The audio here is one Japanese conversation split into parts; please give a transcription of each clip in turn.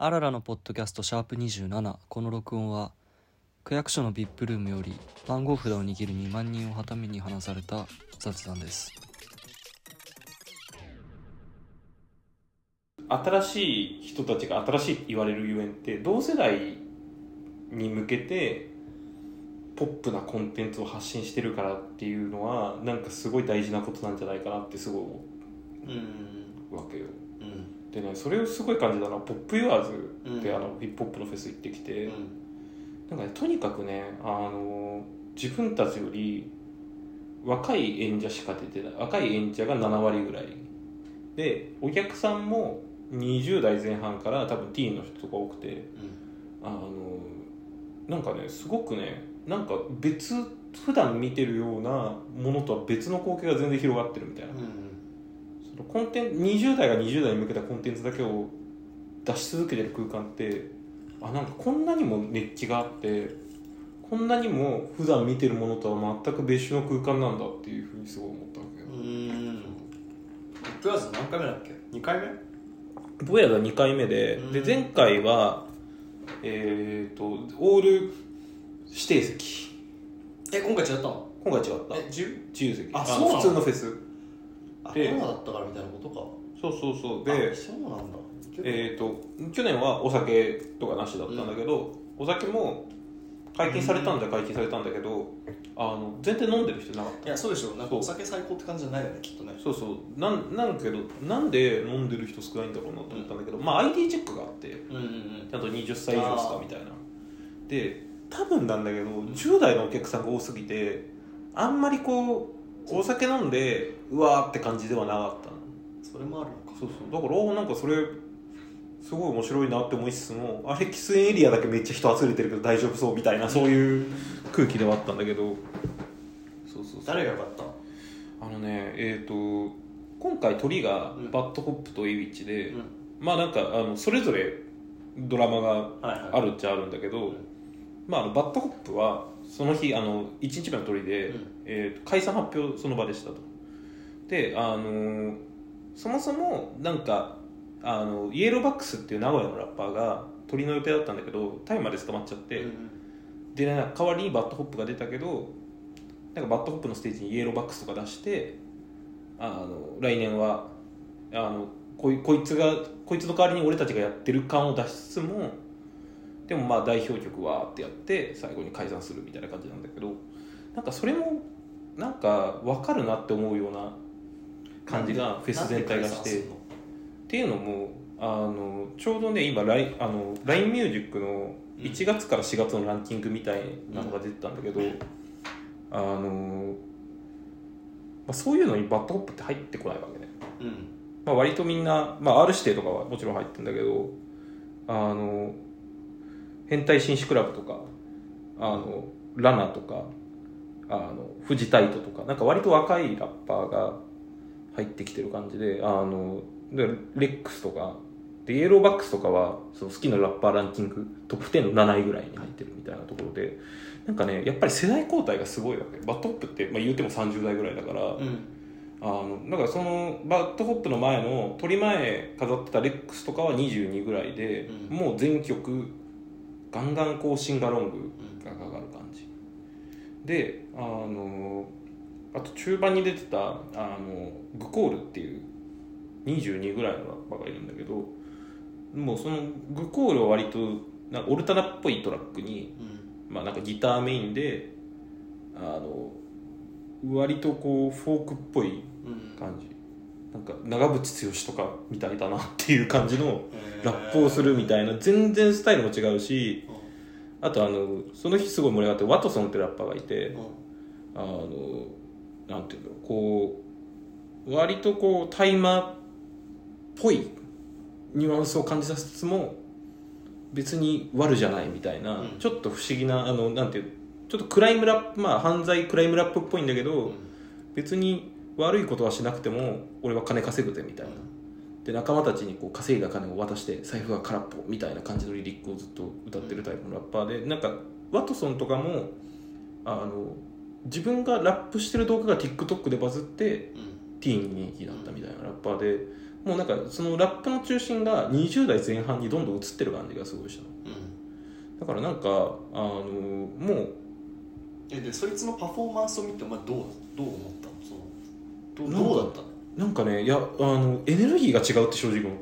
あららのポッドキャストシャープ27。この録音は区役所の VIP ルームより番号札を握る2万人をはために話された雑談です。 新しい人たちが新しいって言われるゆえんって同世代に向けてポップなコンテンツを発信してるからっていうのはなんかすごい大事なことなんじゃないかなってすごい思うわけよ。でね、それをすごい感じたのはポップユアーズってヒップホップのフェス行ってきて、なんかね、とにかくね、自分たちより若い演者しか出てない、若い演者が7割ぐらいで、お客さんも20代前半から多分ティーンの人とか多くて、なんかね、すごくね、なんか普段見てるようなものとは別の光景が全然広がってるみたいな、そのコンテンツ、20代が20代に向けたコンテンツだけを出し続けてる空間って、なんかこんなにも熱気があって、こんなにも普段見てるものとは全く別種の空間なんだっていうふうにすごい思ったわけよ。 プラス何回目だっけ？2回目？ ボヤが2回目で、前回はオール指定席。 今回違ったの？ 今回違った。自由席。 そうなの？ 普通のフェスで、コロナだったからみたいなことか。 そうで、 そうなんだ。 去年はお酒とかなしだったんだけど、お酒も解禁されたんだけど、全然飲んでる人いなかった。 いや、そうでしょ。なんかお酒最高って感じじゃないよね、きっとね。 なんけど、なんで飲んでる人少ないんだろうなと思ったんだけど、ID チェックがあって、ちゃんと20歳以上ですかみたいな。で、多分なんだけど、10代のお客さんが多すぎて、あんまりこうお酒飲んでうわーって感じではなかったの。 それもあるのか。 だからなんかそれすごい面白いなって思いつつも、喫煙エリアだけめっちゃ人集めてるけど大丈夫そうみたいな、そういう空気ではあったんだけど、 誰が良かった？ 今回鳥がバッドホップとエイウィッチで、まあなんかそれぞれドラマがあるっちゃあるんだけど、バッドホップはその日1日目の鳥で、解散発表その場でしたと。でそもそもなんかイエローバックスっていう名古屋のラッパーが鳥の予定だったんだけど大麻で捕まっちゃって、で代わりにバッドホップが出たけど、なんかバッドホップのステージにイエローバックスとか出して、来年はこいつの代わりに俺たちがやってる感を出しつつも、でも代表曲はってやって最後に解散するみたいな感じなんだけど、なんかそれもなんか分かるなって思うような感じがフェス全体がして、っていうのもちょうどね今LINE ミュージックの1月から4月のランキングみたいなのが出てたんだけど、そういうのにバッドホップって入ってこないわけね。割とみんな、R 指定とかはもちろん入ってるんだけど、変態紳士クラブとかラナとかフジタイトとか、なんか割と若いラッパーが入ってきてる感じで、レックスとかでイエローバックスとかはその好きなラッパーランキングトップ10の7位ぐらいに入ってるみたいなところで、なんかねやっぱり世代交代がすごいわけ。バッドホップって、言うても30代ぐらいだから、だからそのバッドホップの前の鳥前飾ってたレックスとかは22ぐらいで、もう全曲ガンガンこうシンガロングがかかる感じで、あと中盤に出てたグコールっていう22ぐらいのラッパーがいるんだけど、もうそのグコールは割となんかオルタナっぽいトラックに、なんかギターメインで割とこうフォークっぽい感じ、なんか長渕剛とかみたいだなっていう感じのラップをするみたいな、全然スタイルも違うし、あとその日すごい盛り上がってワトソンってラッパーがいて、なんていうんだろう、こう割とこうタイマーっぽいニュアンスを感じさせつつも別に悪じゃないみたいな、ちょっと不思議ななんていう、ちょっとクライムラップ、犯罪クライムラップっぽいんだけど、別に悪いことはしなくても俺は金稼ぐぜみたいな、で仲間たちにこう稼いだ金を渡して財布が空っぽみたいな感じのリリックをずっと歌ってるタイプのラッパーで、なんかワトソンとかも自分がラップしてる動画が TikTok でバズって、ティーンに人気だったみたいなラッパーで、 もうなんかそのラップの中心が20代前半にどんどん移ってる感じがすごいしたの、だからなんかもうでそいつのパフォーマンスを見てお前どう思ったの？どうだったの？ なんかね、いやエネルギーが違うって正直思った。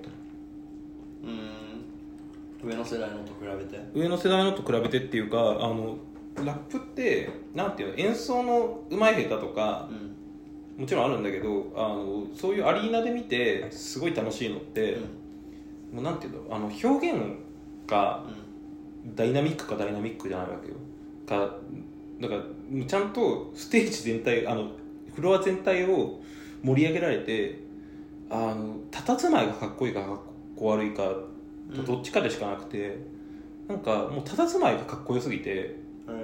上の世代のと比べて上の世代のと比べてっていうか、ラップってなんていうの、演奏の上手い下手とか、もちろんあるんだけど、そういうアリーナで見てすごい楽しいのって、もうなんていうの、表現がダイナミックかダイナミックじゃないわけよ。だからちゃんとステージ全体、フロア全体を盛り上げられて、佇まいがかっこいいかかっこ悪いかどっちかでしかなくて、なんかもう佇まいがかっこよすぎて、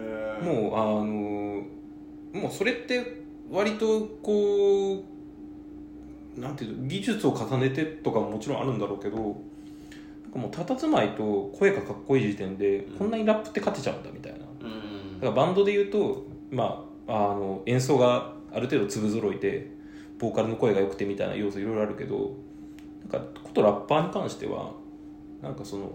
もうそれって割とこうなんていうの、技術を重ねてとかももちろんあるんだろうけど、なんかもう佇まいと声がかっこいい時点でこんなにラップって勝てちゃうんだみたいな。だからバンドで言うと、演奏がある程度粒揃いでボーカルの声が良くてみたいな要素いろいろあるけど、なんかことラッパーに関してはなんかその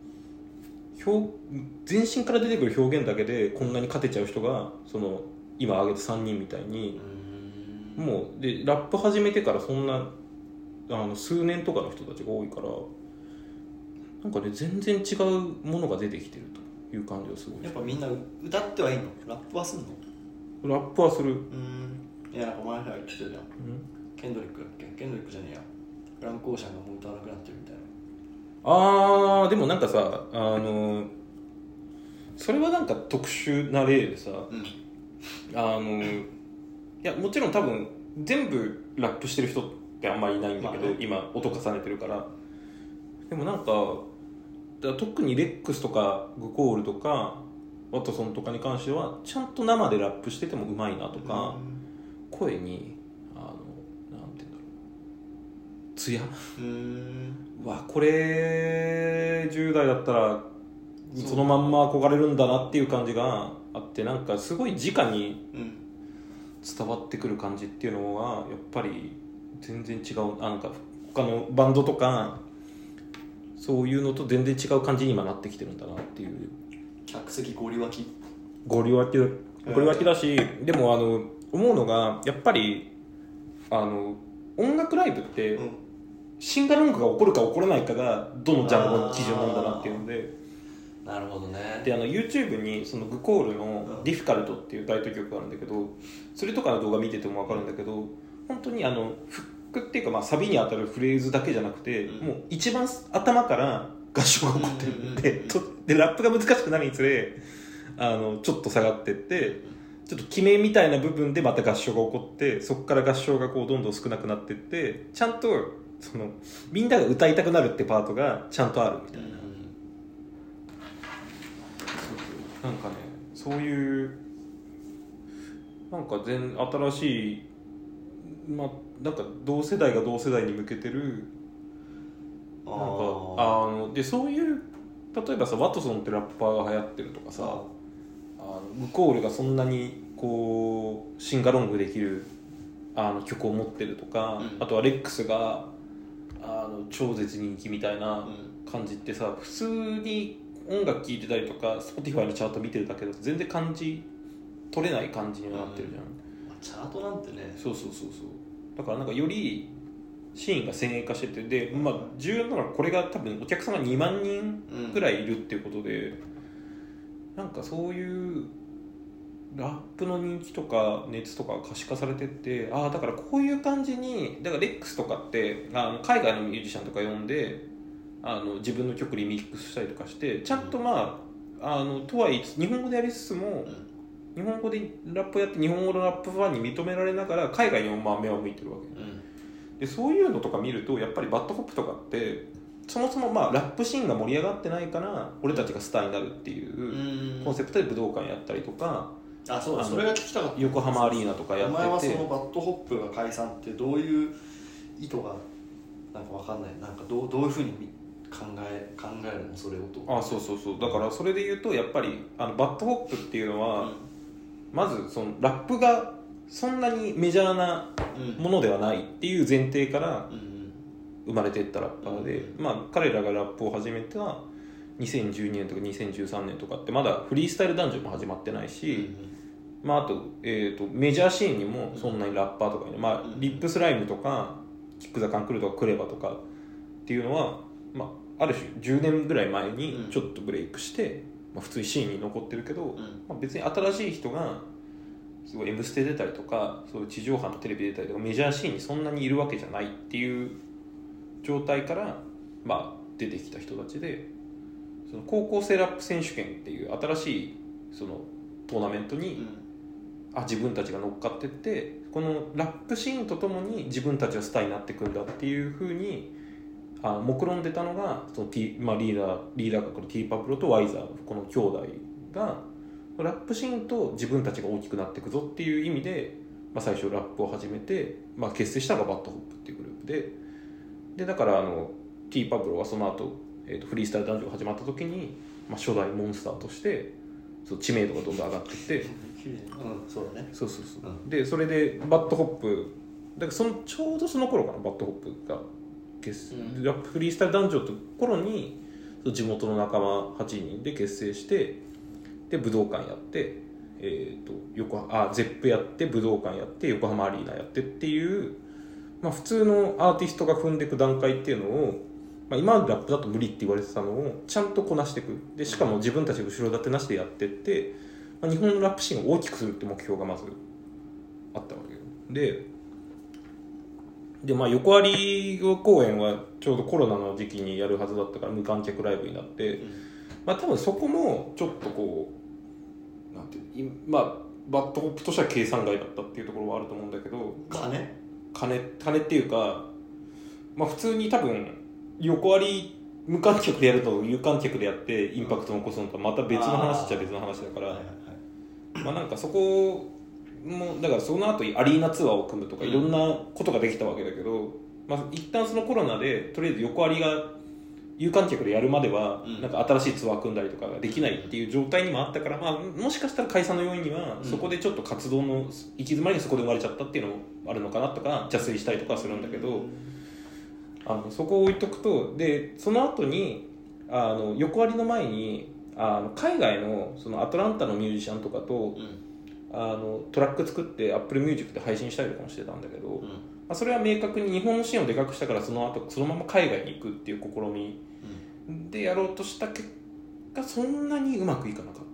全身から出てくる表現だけでこんなに勝てちゃう人がその今挙げた3人みたいに、もうでラップ始めてからそんな数年とかの人たちが多いから、なんかね全然違うものが出てきてるという感じがすごい。 やっぱみんな歌ってはいいの？ラップはすんの？ ラップはする。 いやなんか前から言ってたじゃん、ケンドリックだっけ？ケンドリックじゃねえや、フランク・オーシャンがもう歌わなくなってるみたいな。 でもなんかさ、それはなんか特殊な例でさ、いやもちろん多分全部ラップしてる人ってあんまりいないんだけど、今音重ねてるから。でもなんか特にレックスとかグコールとかワトソンとかに関してはちゃんと生でラップしててもうまいなとか、声になんていうんだろう、艶わ、これ10代だったらそのまんま憧れるんだなっていう感じがあって、なんかすごい直に伝わってくる感じっていうのはやっぱり全然違う。なんか他のバンドとかそういうのと全然違う感じに今なってきてるんだなっていう。 客席ゴリ脇だし、でも思うのがやっぱり音楽ライブって、シンガロングが起こるか起こらないかがどのジャンルの基準なんだなっていうので。 なるほどね。 でYouTube にそのグコールの「ディフィカルト」っていうタイトル曲があるんだけど、それとかの動画見てても分かるんだけど、本当にフックっていうか、サビに当たるフレーズだけじゃなくて、もう一番頭から合唱が起こってるんで、ラップが難しくなるにつれちょっと下がってって、ちょっと決めみたいな部分でまた合唱が起こって、そこから合唱がこうどんどん少なくなってって、ちゃんとそのみんなが歌いたくなるってパートがちゃんとあるみたいな。なんかね、そういうなんか新しい、なんか同世代が同世代に向けてるなんかで、そういう例えばさ、ワトソンってラッパーが流行ってるとかさ、グコールがそんなにこうシンガロングできる曲を持ってるとか、あとはレックスが超絶人気みたいな感じってさ、普通に音楽聴いてたりとか Spotify のチャート見てるだけだと全然感じ取れない感じになってるじゃん、 チャートなんてね。 そうだからなんかよりシーンが先鋭化してて、で、重要なのはこれが多分お客さんが2万人ぐらいいるっていうことで、なんかそういうラップの人気とか熱とか可視化されてって、だからこういう感じに、だからレックスとかって海外のミュージシャンとか呼んで自分の曲リミックスしたりとかして、ちゃんととは言いつつ日本語でやりつつも、日本語でラップやって日本語のラップファンに認められながら海外にも目を向いてるわけ、でそういうのとか見るとやっぱりバッドホップとかってそもそもラップシーンが盛り上がってないから俺たちがスターになるっていうコンセプトで武道館やったりとか、 それが聞きたかった。 横浜アリーナとかやってて、 お前はそのバッドホップが解散ってどういう意図がなんか分かんない、なんかどういうふうに考えるのそれをと。 そうだからそれで言うとやっぱりバッドホップっていうのは、まずそのラップがそんなにメジャーなものではないっていう前提から生まれていったラッパーで、まあ、彼らがラップを始めた2012年とか2013年とかってまだフリースタイルダンジョンも始まってないし、まあ、あと、メジャーシーンにもそんなにラッパーとかに、まあ、リップスライムとかキック・ザ・カンクルとかクレバとかっていうのは、まあ、ある種10年ぐらい前にちょっとブレイクして、まあ、普通にシーンに残ってるけど、まあ、別に新しい人がすごい M ステ出たりとかそういう地上波のテレビ出たりとかメジャーシーンにそんなにいるわけじゃないっていう状態から、まあ、出てきた人たちで、その高校生ラップ選手権っていう新しいそのトーナメントに、自分たちが乗っかってってこのラップシーンとともに自分たちはスターになっていくんだっていうふうに目論んでたのがその、まあ、リーダー格の T パブロとワイザーのこの兄弟がラップシーンと自分たちが大きくなっていくぞっていう意味で、まあ、最初ラップを始めて、まあ、結成したのがバッドホップっていうグループでだからT パブロはその後、フリースタイルダンジョンが始まった時に、まあ、初代モンスターとしてそう知名度がどんどん上がっていってそうだねそう、でそれでバッドホップだからちょうどその頃かなバッドホップがラップフリースタイルダンジョンって頃に地元の仲間8人で結成してで武道館やって、ゼップやって武道館やって横浜アリーナやってっていう、まあ、普通のアーティストが踏んでいく段階っていうのを、まあ、今までラップだと無理って言われてたのをちゃんとこなしていくでしかも自分たちが後ろ盾なしでやってって、まあ、日本のラップシーンを大きくするって目標がまずあったわけよで、まあ、横有公演はちょうどコロナの時期にやるはずだったから無観客ライブになって、まあ、多分そこもちょっとこうなんていうまあバッドホップとしては計算外だったっていうところはあると思うんだけど金っていうか、まあ、普通に多分横有無観客でやると有観客でやってインパクトを起こすのとまた別の話っちゃ別の話だから、まあなんかそこもだからその後アリーナツアーを組むとかいろんなことができたわけだけど、まあ、一旦そのコロナでとりあえず横有が有観客でやるまではなんか新しいツアー組んだりとかができないっていう状態にもあったから、まあ、もしかしたら解散の要因にはそこでちょっと活動の行き詰まりにそこで生まれちゃったっていうのもあるのかなとか邪推したりとかするんだけど、そこを置いとくとでその後に横有の前に海外のそのアトランタのミュージシャンとかと、トラック作って Apple Music で配信したりとかもしてたんだけど、まあ、それは明確に日本のシーンをでかくしたからその後そのまま海外に行くっていう試みでやろうとした結果そんなにうまくいかなかった、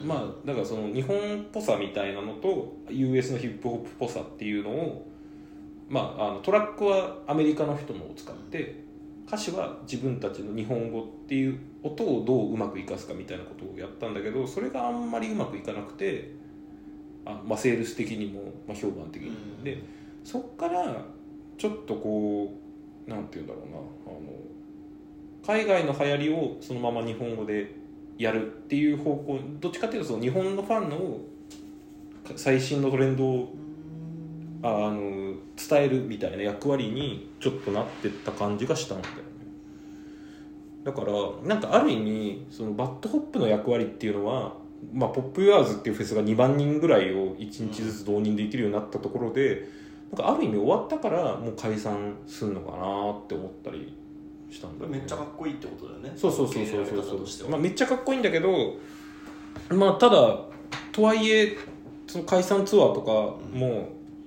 まあだからその日本っぽさみたいなのと US のヒップホップっぽさっていうのを、まあ、トラックはアメリカの人のを使って歌詞は自分たちの日本語っていう音をどううまく生かすかみたいなことをやったんだけどそれがあんまりうまくいかなくてまあ、セールス的にも、まあ、評判的にも、でそっからちょっとこうなんていうんだろうな海外の流行りをそのまま日本語でやるっていう方向どっちかっていうとその日本のファンの最新のトレンドを伝えるみたいな役割にちょっとなってった感じがしたんだよね。だからなんかある意味そのバッドホップの役割っていうのはまあ、ポップユアーズっていうフェスが2万人ぐらいを1日ずつ動員できるようになったところで、なんかある意味終わったからもう解散するのかなって思ったりしたんだよね。 めっちゃかっこいいってことだよね。 そう、まあ、めっちゃかっこいいんだけど、まあただとはいえその解散ツアーとかも、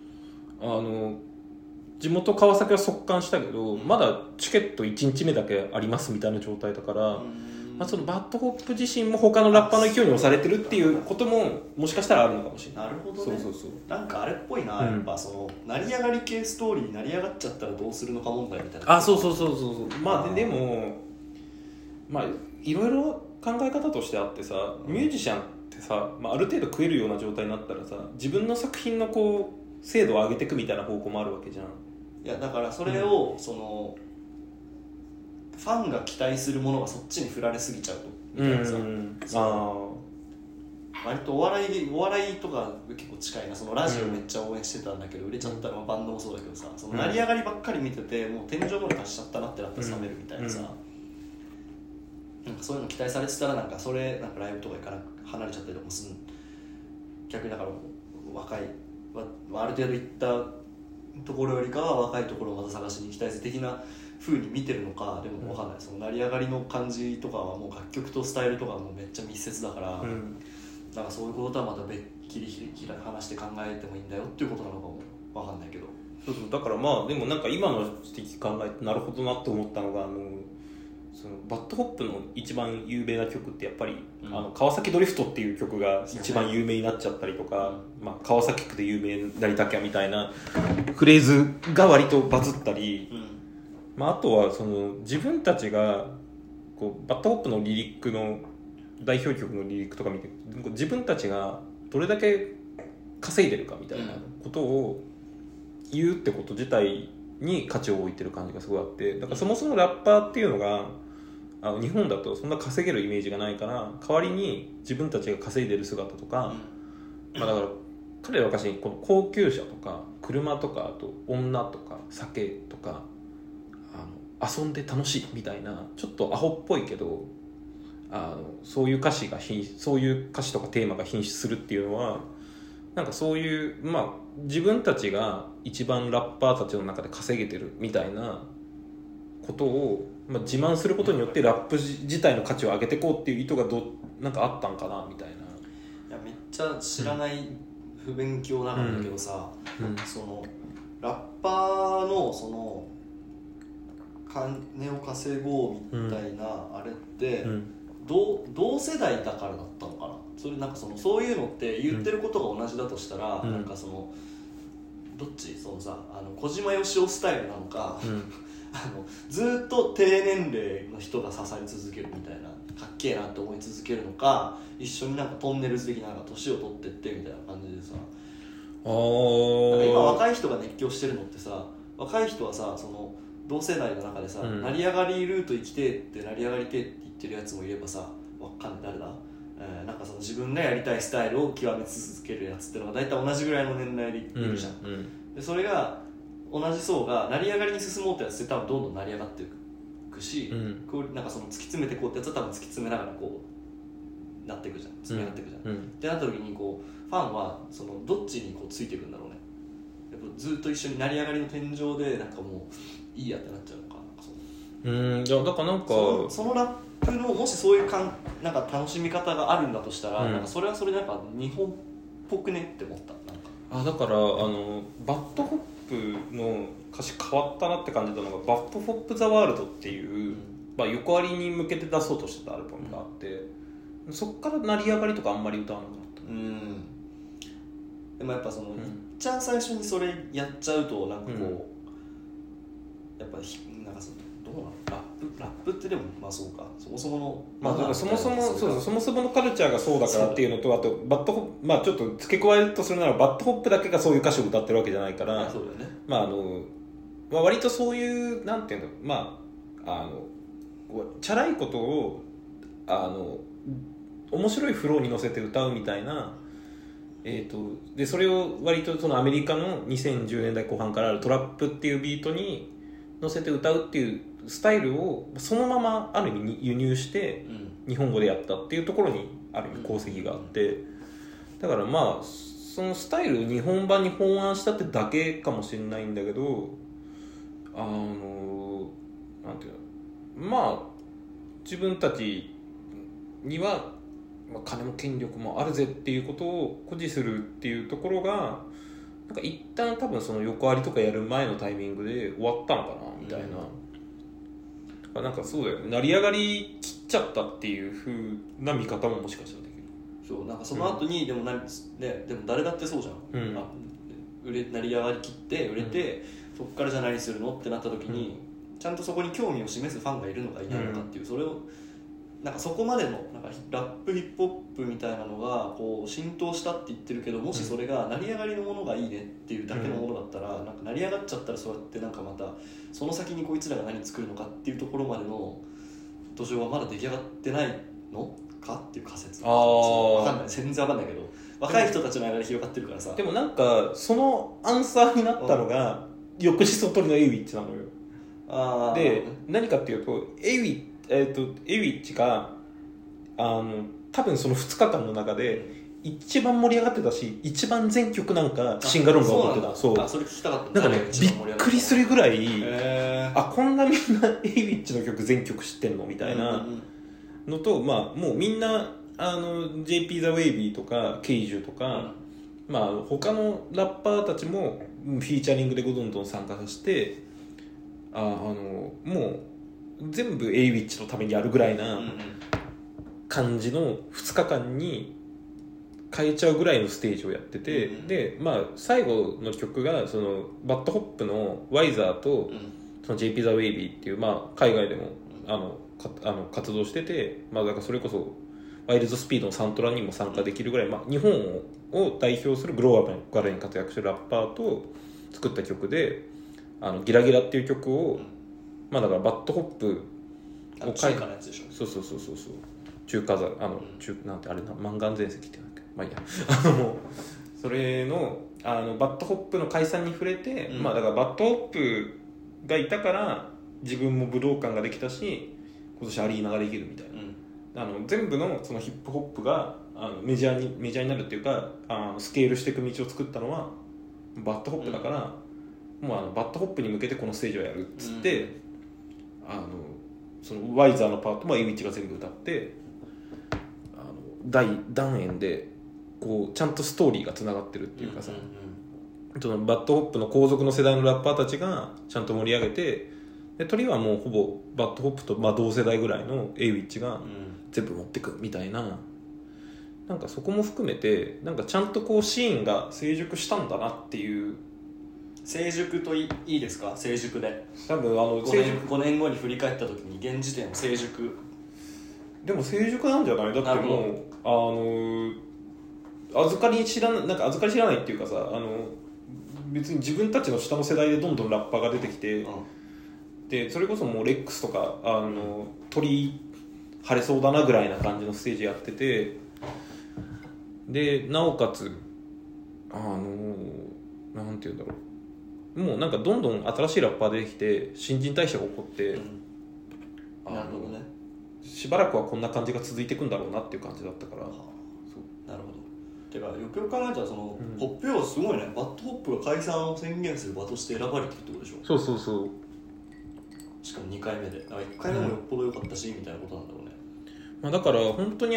地元川崎は速乾したけど、まだチケット1日目だけありますみたいな状態だから、まあ、そのバッドホップ自身も他のラッパーの勢いに押されてるっていうことももしかしたらあるのかもしれない。 なるほどね。 そうなんかあれっぽいな、やっぱその成り上がり系ストーリーに成り上がっちゃったらどうするのか問題みたいな。 そうまあでもまあいろいろ考え方としてあってさ、ミュージシャンってさ、まあ、ある程度食えるような状態になったらさ自分の作品のこう精度を上げていくみたいな方向もあるわけじゃん。 いやだからそれを、そのファンが期待するものがそっちに振られすぎちゃうとみたいなさ、割とお笑いとか結構近いな。そのラジオめっちゃ応援してたんだけど、売れちゃったのはバンドもそうだけどさ、その成り上がりばっかり見ててもう天井まで達しちゃったなってなったら冷めるみたいなさ、なんかそういうの期待されてたらなんかそれなんかライブとか行かなく離れちゃったりとかもする。逆にだから若いある程度行ったところよりかは若いところをまた探しに行きたいぜ的な風に見てるのかでも分かんない、その成り上がりの感じとかはもう楽曲とスタイルとかもめっちゃ密接だから、なんかそういうこととはまた別切り話して考えてもいいんだよっていうことなのかも分かんないけど、 そうだからまあでもなんか今の指摘考えてなるほどなって思ったのがそのバッドホップの一番有名な曲ってやっぱり、川崎ドリフトっていう曲が一番有名になっちゃったりとか、まあ、川崎区で有名になりたきゃみたいなフレーズが割とバズったり、まあ、あとはその自分たちがこうバッドホップのリリックの代表曲のリリックとか見て自分たちがどれだけ稼いでるかみたいなことを言うってこと自体に価値を置いてる感じがすごいあって、だからそもそもラッパーっていうのが日本だとそんな稼げるイメージがないから、代わりに自分たちが稼いでる姿とか、まあ、だから彼らは昔この高級車とか車とかあと女とか酒とか遊んで楽しいみたいなちょっとアホっぽいけどそういう歌詞とかテーマが品質するっていうのはなんかそういうまあ自分たちが一番ラッパーたちの中で稼げてるみたいなことを、まあ、自慢することによってラップ自体の価値を上げていこうっていう意図がなんかあったんかなみたいな。いやめっちゃ知らない不勉強なんだけどさ、そのラッパーのその金を稼ごうみたいなあれって、同世代だからだったのかな。それなんかそういうのって言ってることが同じだとしたら、なんかどっちそのさ小島よしおスタイルなのか、ずっと低年齢の人が支え続けるみたいなかっけえなって思い続けるのか、一緒になんかトンネルズ的な年を取ってってみたいな感じでさ、なんか今若い人が熱狂してるのってさ、若い人はさその同世代の中でさ、成り上がりルート生きてって成り上がりてって言ってるやつもいればさ、わかんない誰だ、なんかその自分がやりたいスタイルを極め続けるやつってのが大体同じぐらいの年代でいるじゃん、でそれが同じ層が成り上がりに進もうってやつって多分どんどん成り上がっていくし、こうなんかその突き詰めてこうってやつは多分突き詰めながらこうなっていくじゃん、積み上がっていくじゃん、ってなった時にこうファンはそのどっちにこうついていくんだろうね。やっぱずっと一緒に成り上がりの天井でなんかもういいやってなっちゃうのかな。 いやだからなんかそのラップのもしそういうなんか楽しみ方があるんだとしたら、なんかそれはそれでなんか日本っぽくねって思った。 だからバッドホップの歌詞変わったなって感じたのがバッドホップザワールドっていう、まあ、横ありに向けて出そうとしてたアルバムがあって、そっから成り上がりとかあんまり歌わなくなった。 でもやっぱその、いっちゃん最初にそれやっちゃうとなんかこう、やっぱなんかどうなのラップってでもまあそうか、そもそものまあだからそもそものカルチャーがそうだからっていうのと、あとバッドホップ、まあちょっと付け加えるとするならバッドホップだけがそういう歌詞を歌ってるわけじゃないから、 そうだよね。 まあまあ割とそういうなんていうの、まあチャラいことを面白いフローに乗せて歌うみたいな。でそれを割とそのアメリカの2010年代後半からあるトラップっていうビートに乗せて歌うっていうスタイルをそのままある意味輸入して日本語でやったっていうところにある意味功績があって、だからまあそのスタイルを日本版に翻案したってだけかもしれないんだけど、なんていうの、まあ自分たちには金も権力もあるぜっていうことを誇示するっていうところがなんか一旦多分その横ありとかやる前のタイミングで終わったのかなみたいな、なんかそうだよね、成り上がりきっちゃったっていう風な見方ももしかしたらできる。 そうなんかその後に、でも誰だってそうじゃん、成り上がりきって売れて、そこからじゃあ何するのってなった時に、ちゃんとそこに興味を示すファンがいるのかいないのかっていう、それをなんかそこまでのなんかラップヒップホップみたいなのがこう浸透したって言ってるけど、もしそれが成り上がりのものがいいねっていうだけのものだったら、なんか成り上がっちゃったらそうやってなんかまたその先にこいつらが何作るのかっていうところまでの土壌はまだ出来上がってないのかっていう仮説。わかんない、全然わかんないけど、若い人たちの間で広がってるからさ。 でもなんかそのアンサーになったのが翌日の鳥のエイウィッチなのよ。で何かっていうとエイウィッチが多分その2日間の中で一番盛り上がってたし一番全曲なんかシンガロンが起こってた。 そう、それ聞きたかった。 なんかねびっくりするぐらいこんなみんなエイウィッチの曲全曲知ってんのみたいなのと、まあもうみんなJP ザ・ウェイビーとかケイジュとか、まあ他のラッパーたちもフィーチャリングでどんどん参加させてもう全部エイウィッチのためにやるぐらいな感じの2日間に変えちゃうぐらいのステージをやってて、でまあ最後の曲がそのバッドホップのワイザーとその JP ザ・ウェイビーっていう、まあ、海外でも活動してて、まあ、だからそれこそワイルドスピードのサントラにも参加できるぐらい、まあ、日本を代表するグローバルに活躍してるラッパーと作った曲でギラギラっていう曲を、まあだからバッドホップを中華のやつでしょ。 そう中華座なんてあれなマンガン全席ってなんだっけ、まあいいやそれのバッドホップの解散に触れて、まあだからバッドホップがいたから自分も武道館ができたし今年アリーナができるみたいな、全部のそのヒップホップがメジャーになるっていうかスケールしていく道を作ったのはバッドホップだから、もうバッドホップに向けてこのステージをやるっつって、そのワイザーのパートもエイウィッチが全部歌って大団円でこうちゃんとストーリーがつながってるっていうかさ、そのバッドホップの後続の世代のラッパーたちがちゃんと盛り上げて、で鳥はもうほぼバッドホップとまあ同世代ぐらいのエイウィッチが全部持ってくみたいな、なんかそこも含めてなんかちゃんとこうシーンが成熟したんだなっていう。 成熟といいですか？成熟で多分 5年後に振り返った時に現時点の成熟でも成熟なんじゃない？だってもう預かり知らないっていうかさ別に自分たちの下の世代でどんどんラッパーが出てきて、でそれこそもうレックスとか鳥晴れそうだなぐらいな感じのステージやってて、でなおかつなんていうんだろう、もうなんかどんどん新しいラッパー出てきて新陳代謝が起こって、 なるほどね、 しばらくはこんな感じが続いていくんだろうなっていう感じだったから、 そうなるほど。てかよくよく考えたらその、ホップ用はすごいね。バッドホップが解散を宣言する場として選ばれてるってことでしょ。 そうしかも2回目でだから1回目もよっぽど良かったし、みたいなことなんだろうね。 まあ、だから本当に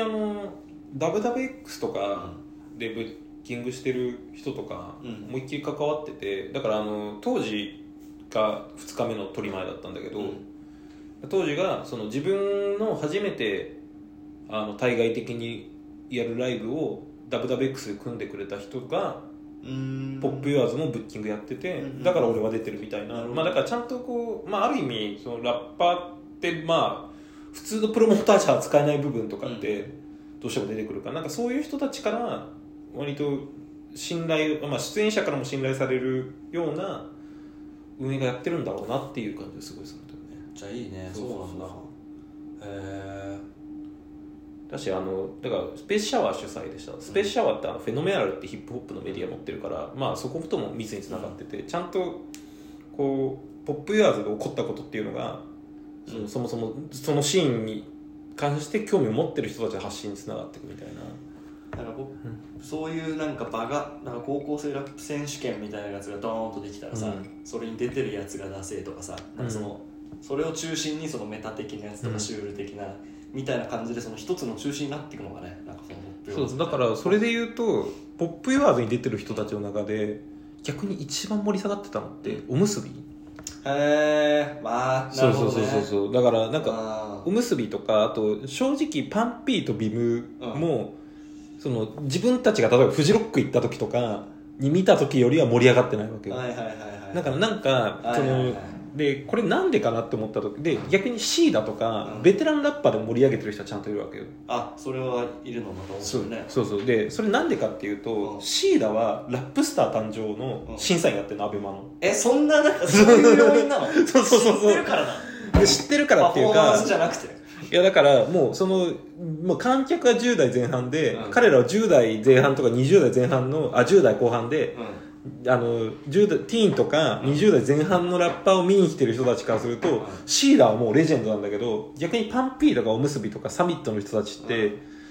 WWX とかでブッキングしてる人とか思いっきり関わってて、だから当時が2日目の取り前だったんだけど、当時がその自分の初めて対外的にやるライブを WWX で組んでくれた人がポップユアーズもブッキングやってて、だから俺は出てるみたいな、まあ、だからちゃんとこう、まあ、ある意味そのラッパーってまあ普通のプロモーターじゃ扱えない部分とかってどうしても出てくるから、なんかそういう人たちから割と信頼、まあ、出演者からも信頼されるような運営がやってるんだろうなっていう感じですごいするんだよね。 じゃあいいね。そうなんだ。へえ。 だしだからスペースシャワー主催でした。スペースシャワーってフェノメナルってヒップホップのメディア持ってるから、まあそことも密につながってて、ちゃんとこうポップユアーズで起こったことっていうのが、そもそもそのシーンに関して興味を持ってる人たちの発信につながっていくみたいな。 なんかそういうなんか場がなんか高校生ラップ選手権みたいなやつがドーンとできたらさ、それに出てるやつが出せとかさ、なんかそれを中心にそのメタ的なやつとかシュール的な、みたいな感じでその一つの中心になっていくのがね、なんかそのポップユアーズ。 そうだからそれで言うとポップユアーズに出てる人たちの中で逆に一番盛り下がってたのっておむすび。 へえ、まあなるほどね。 そうだからなんかおむすびとか、あと正直パンピーとビムも、その自分たちが例えばフジロック行った時とかに見た時よりは盛り上がってないわけよ。だからなんかそのでこれなんでかなって思った時で、逆にシーダとかベテランラッパーで盛り上げてる人はちゃんといるわけよ。 あ、それはいるのまた面白いね。 そうでそれなんでかっていうと、シーダはラップスター誕生の審査員やってるの、アベマの。 そんななんかそういう要因なの？ そう知ってるからな。 知ってるからっていうか、 パフォーマンスじゃなくて、 いやだからもう観客は10代前半で、彼らは10代前半とか20代前半の10代後半で、10代ティーンとか20代前半のラッパーを見に来てる人たちからすると、シーダーはもうレジェンドなんだけど、逆にパンピーとかおむすびとかサミットの人たちって、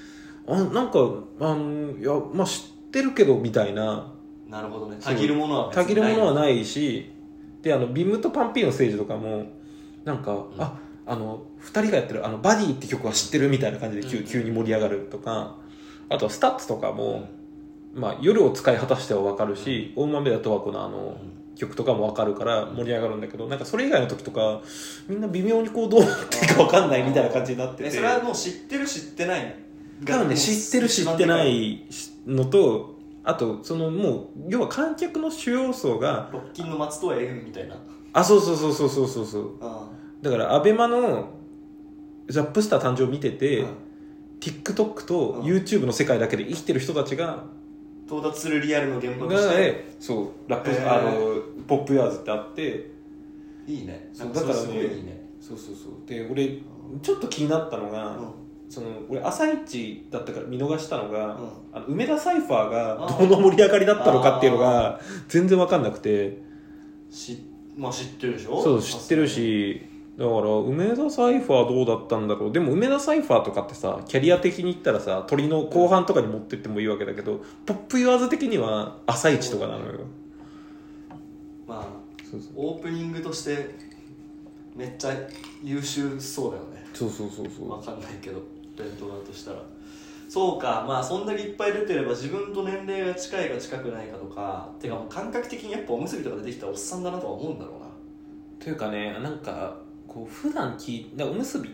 なんかいやまあ知ってるけどみたいな。 なるほどね。たぎるものはたぎるものはないし、でビムとパンピーのステージとかもなんか、2人がやってるバディって曲は知ってるみたいな感じで急に盛り上がるとか、あとスタッツとかも、まあ、夜を使い果たしては分かるし、大豆田十和子の曲とかも分かるから盛り上がるんだけど、なんかそれ以外の時とかみんな微妙にこうどうなっていいか分かんないみたいな感じになってて、 それはもう知ってる知ってない多分ね、知ってる知ってないのと、あとそのもう要は観客の主要層がロッキンの松任谷由実みたいな。 そうだからアベマのザップスター誕生見てて、TikTok と YouTube の世界だけで生きてる人たちが到達するリアルの現場としてそうラップポップヤーズってあって、 いいね。 だからね、 いいね。 そうで俺ちょっと気になったのが、俺朝一だったから見逃したのが、梅田サイファーがどの盛り上がりだったのかっていうのが全然分かんなくて。 まあ知ってるでしょ。 そう知ってるし、だから梅田サイファーどうだったんだろう。でも梅田サイファーとかってさ、キャリア的に言ったらさ、鳥の後半とかに持ってってもいいわけだけど、ポップユアーズ的には朝一とかなのよ。 まあオープニングとしてめっちゃ優秀そうだよね。 そう分かんないけど弁当だとしたらそうか。まあそんだけいっぱい出てれば自分と年齢が近いか近くないかとか、てかもう感覚的にやっぱおむすびとか出てきたおっさんだなとは思うんだろうな。 というかね、なんかこう普段おむすびって、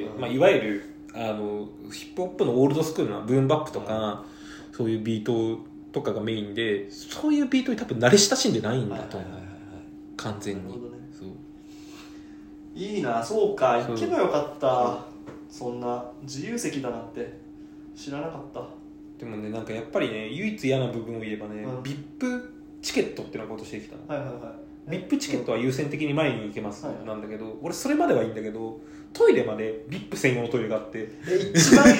まあ、いわゆるヒップホップのオールドスクールなブーンバップとか、そういうビートとかがメインで、そういうビートに多分慣れ親しんでないんだと思う、完全に。なるほどね。そういいな。そうか、行けばよかった。そんな自由席だなんて知らなかった。 でもね、なんかやっぱりね、唯一嫌な部分を言えばね、VIP チケットってのが今年できたの。VIP チケットは優先的に前に行けます、なんだけど、俺それまではいいんだけど、トイレまで VIP 専用のトイレがあって、 一番いい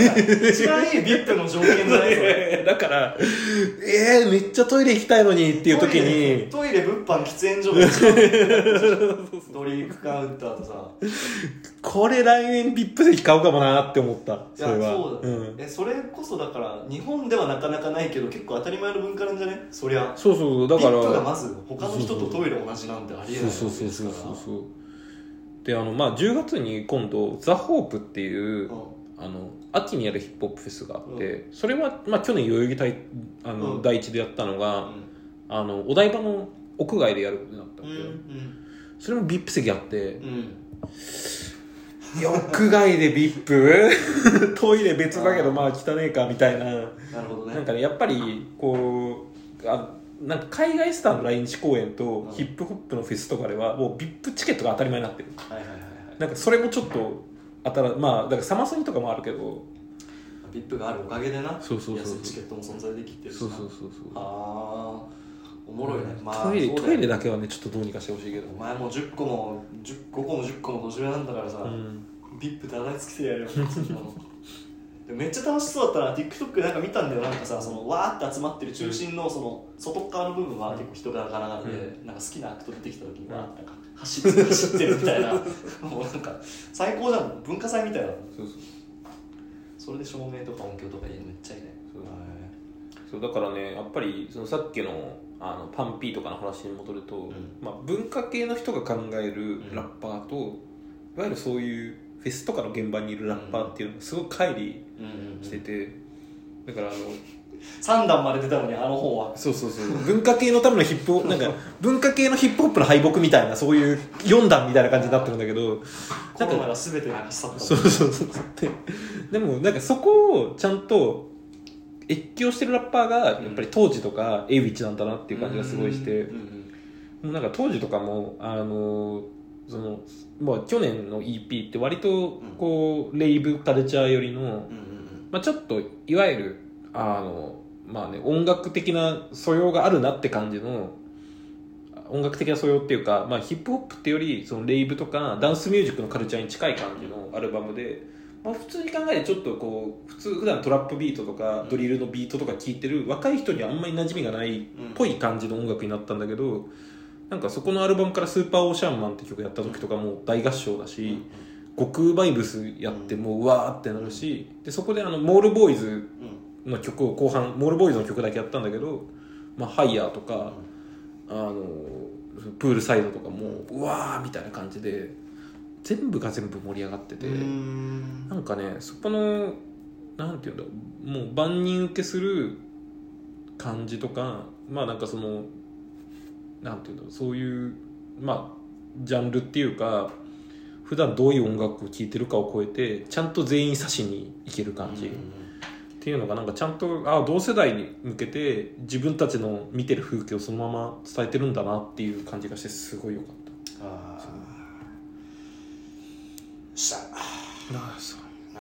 VIP の条件じゃないそれだからめっちゃトイレ行きたいのにっていう時にトイレ物販喫煙所ドリンクカウンターとさ、 これ来年 VIP 席買おうかもなって思った。それはそうだ、それこそだから日本ではなかなかないけど結構当たり前の文化なんじゃね。そりゃそうだから VIP がまず他の人とトイレ同じなんてありえないわけですから。 でまあ、10月に今度ザ・ホープっていう、秋にやるヒップホップフェスがあって、それは、まあ、去年代々木第一でやったのが、お台場の屋外でやることになったんだけど、それも VIP 席あって、屋外で VIP トイレ別だけどまあ汚ねえかみたいな。 なるほどね。 なんかね、やっぱりこうなんか海外スターの来日公演とヒップホップのフェスとかではもう VIP チケットが当たり前になってる。なんかそれもちょっとまあだからサマソニとかもあるけど VIP があるおかげでな、 そう安いチケットも存在できてるしな。 そうああおもろいね、まあ、 トイレだけはねちょっとどうにかしてほしいけど、 お前もう5個も10個も年上なんだからさ、VIP ただつけてやるよめっちゃ楽しそうだったな。 TikTok なんか見たんだよ。なんかさ、そのわーって集まってる中心のその外側の部分は結構人がガラガラで、なんか好きなアクト出てきた時にわーってなんか走ってるみたいなもうなんか最高じゃん。文化祭みたいな。それで照明とか音響とかいいのめっちゃいいね。 そうだからね、やっぱりそのさっきのパンピーとかの話に戻ると、まあ、文化系の人が考えるラッパーと、いわゆるそういうフェスとかの現場にいるラッパーっていうのがすごく乖離してて、だから 3段まで出たのに方はそう文化系のためのヒップなんか文化系のヒップホップの敗北みたいな、そういう4段みたいな感じになってるんだけど、 コロナが全てなく去った。 そうでもなんかそこをちゃんと越境してるラッパーがやっぱり当時とかエイウィッチなんだなっていう感じがすごいして、もうなんか当時とかもそのまあ、去年の EP って割とこうレイブカルチャー寄りの、まあ、ちょっといわゆるまあね、音楽的な素養があるなって感じの、音楽的な素養っていうか、まあ、ヒップホップってよりそのレイブとかダンスミュージックのカルチャーに近い感じのアルバムで、まあ、普通に考えてちょっとこう普段トラップビートとかドリルのビートとか聴いてる若い人にはあんまり馴染みがないっぽい感じの音楽になったんだけど、なんかそこのアルバムからスーパーオーシャンマンって曲やった時とかも大合唱だし、 極バイブスやってもうわーってなるし、でそこでモールボーイズの曲を後半モールボーイズの曲だけやったんだけど、まあ、ハイヤーとか、プールサイドとかもうわーみたいな感じで全部が全部盛り上がってて、なんかねそこのなんていうんだろう、もう万人受けする感じとか、まあなんかそのなんていうんだろう、そういうまあジャンルっていうか普段どういう音楽を聴いてるかを超えてちゃんと全員差しにいける感じっていうのがなんかちゃんと同世代に向けて自分たちの見てる風景をそのまま伝えてるんだなっていう感じがしてすごい良かった。 したそう